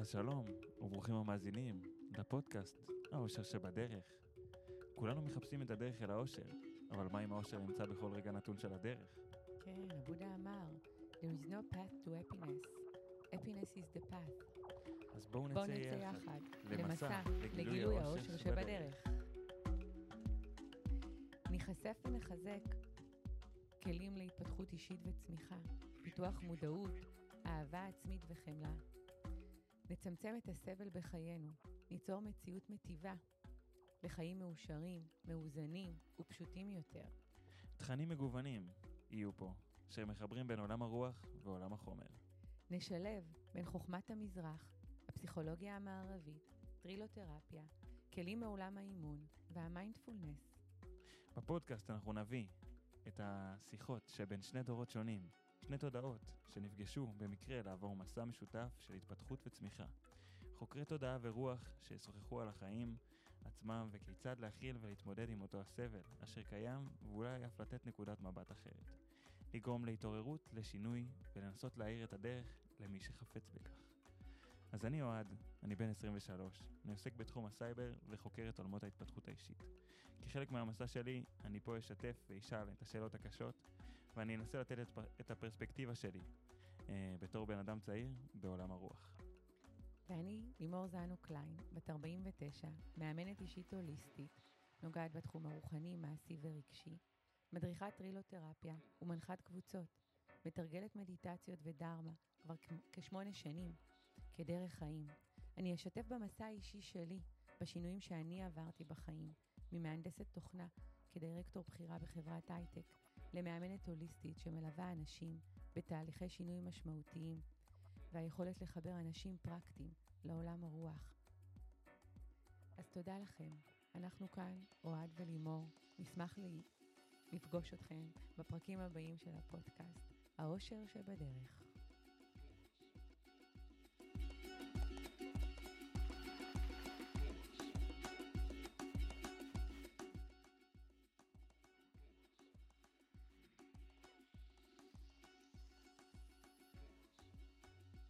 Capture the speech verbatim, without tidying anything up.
אז שלום, וברוכים המאזינים לפודקאסט האושר שבדרך. כולנו מחפשים את הדרך אל האושר, אבל מה אם האושר נמצא בכל רגע נתון של הדרך? כן, הבודה אמר, there is no path to happiness. Happiness is the path. אז בואו בואו נצא נצא יחד, יחד, למסע, לגילוי האושר שבדרך. ניחשף ונחזק כלים להתפתחות אישית וצמיחה, פיתוח מודעות, אהבה עצמית וחמלה. נצמצם את הסבל בחיינו, ניצור מציאות מטיבה, לחיים מאושרים, מאוזנים ופשוטים יותר. תכנים מגוונים יהיו פה, שמחברים בין עולם הרוח ועולם החומר. נשלב בין חוכמת המזרח, הפסיכולוגיה המערבית, טרילותרפיה, כלים מעולם האימון והמיינדפולנס. בפודקאסט אנחנו נביא את השיחות שבין שני דורות שונים, שני תודעות שנפגשו במקרה לעבור מסע משותף של התפתחות וצמיחה. חוקרי תודעה ורוח ששוחחו על החיים עצמם וכיצד להכיל ולהתמודד עם אותו הסבל אשר קיים, ואולי אף לתת נקודת מבט אחרת. לגרום להתעוררות, לשינוי ולנסות להאיר את הדרך למי שחפץ בכך. אז אני אוהד, אני בן עשרים ושלוש, אני עוסק בתחום הסייבר וחוקר את עולמות ההתפתחות האישית. כחלק מהמסע שלי, אני פה אשתף וישאל את השאלות הקשות, ואני אנסה לתת את, את הפרספקטיבה שלי אה, בתור בן אדם צעיר בעולם הרוח. ואני לימור זנו קליין, בת ארבעים ותשע, מאמנת אישית הוליסטית, נוגעת בתחום הרוחני, מעשי ורגשי, מדריכת טרילותרפיה ומנחת קבוצות, מתרגלת מדיטציות ודרמה כבר כ- כשמונה שנים, כדרך חיים. אני אשתף במסע האישי שלי, בשינויים שאני עברתי בחיים, ממהנדסת תוכנה כדירקטור בחירה בחברת הייטק, למאמנת הוליסטית שמלווה אנשים בתהליכי שינוי משמעותיים, והיכולת לחבר אנשים פרקטיים לעולם הרוח. אז תודה לכם. אנחנו כאן, אוהד ולימור, נשמח לי לפגוש אתכם בפרקים הבאים של הפודקאסט, האושר שבדרך.